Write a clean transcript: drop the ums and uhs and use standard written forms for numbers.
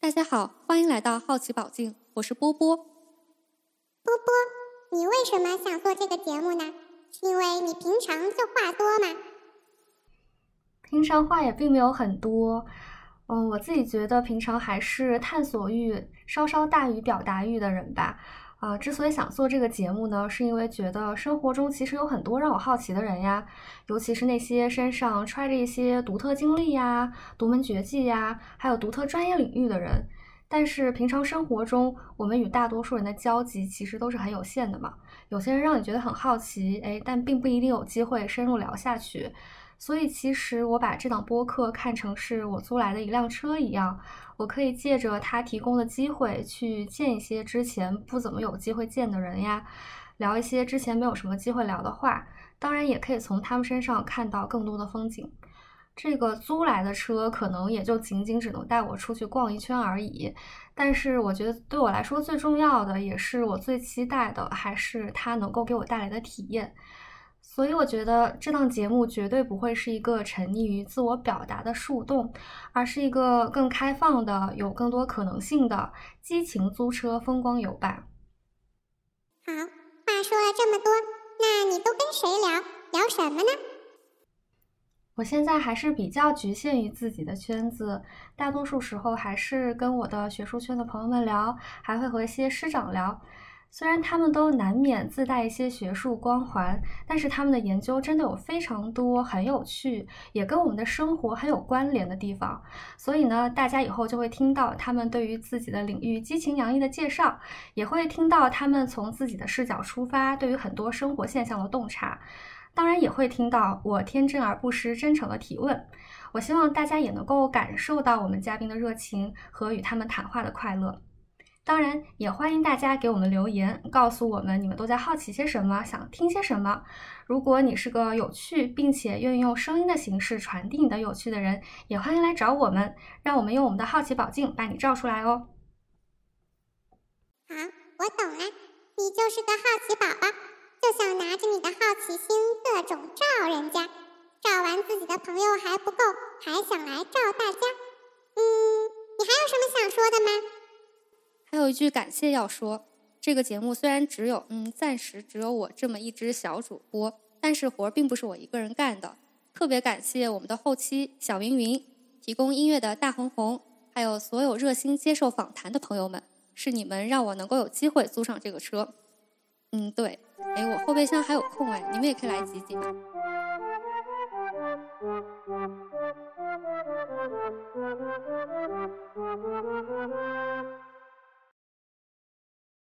大家好，欢迎来到好奇宝镜，我是波波。 波波，你为什么想做这个节目呢？是因为你平常就话多吗？ 平常话也并没有很多，我自己觉得平常还是探索欲稍稍大于表达欲的人吧。之所以想做这个节目呢，是因为觉得生活中其实有很多让我好奇的人呀，尤其是那些身上揣着一些独特经历呀、独门绝技呀，还有独特专业领域的人。但是平常生活中，我们与大多数人的交集其实都是很有限的嘛。有些人让你觉得很好奇，但并不一定有机会深入聊下去。所以其实我把这档播客看成是我租来的一辆车一样，我可以借着它提供的机会去见一些之前不怎么有机会见的人呀，聊一些之前没有什么机会聊的话，当然也可以从他们身上看到更多的风景。这个租来的车可能也就仅仅只能带我出去逛一圈而已，但是我觉得对我来说最重要的，也是我最期待的，还是它能够给我带来的体验。所以我觉得这档节目绝对不会是一个沉溺于自我表达的树洞，而是一个更开放的、有更多可能性的激情租车风光游吧。 好，话说了这么多，那你都跟谁聊？聊什么呢？ 我现在还是比较局限于自己的圈子，大多数时候还是跟我的学术圈的朋友们聊，还会和一些师长聊。虽然他们都难免自带一些学术光环，但是他们的研究真的有非常多很有趣，也跟我们的生活很有关联的地方。所以呢，大家以后就会听到他们对于自己的领域激情洋溢的介绍，也会听到他们从自己的视角出发，对于很多生活现象的洞察。当然也会听到我天真而不失真诚的提问。我希望大家也能够感受到我们嘉宾的热情和与他们谈话的快乐。当然也欢迎大家给我们留言，告诉我们你们都在好奇些什么，想听些什么。如果你是个有趣并且愿意用声音的形式传递你的有趣的人，也欢迎来找我们，让我们用我们的好奇宝镜把你照出来哦。 好，我懂了，你就是个好奇宝宝，就想拿着你的好奇心各种照人家，照完自己的朋友还不够，还想来照大家。你还有什么想说的吗？ 还有一句感谢要说，这个节目虽然暂时只有我这么一只小主播，但是活并不是我一个人干的。特别感谢我们的后期小云云，提供音乐的大红红，还有所有热心接受访谈的朋友们，是你们让我能够有机会租上这个车。对，我后备箱还有空你们也可以来挤挤嘛。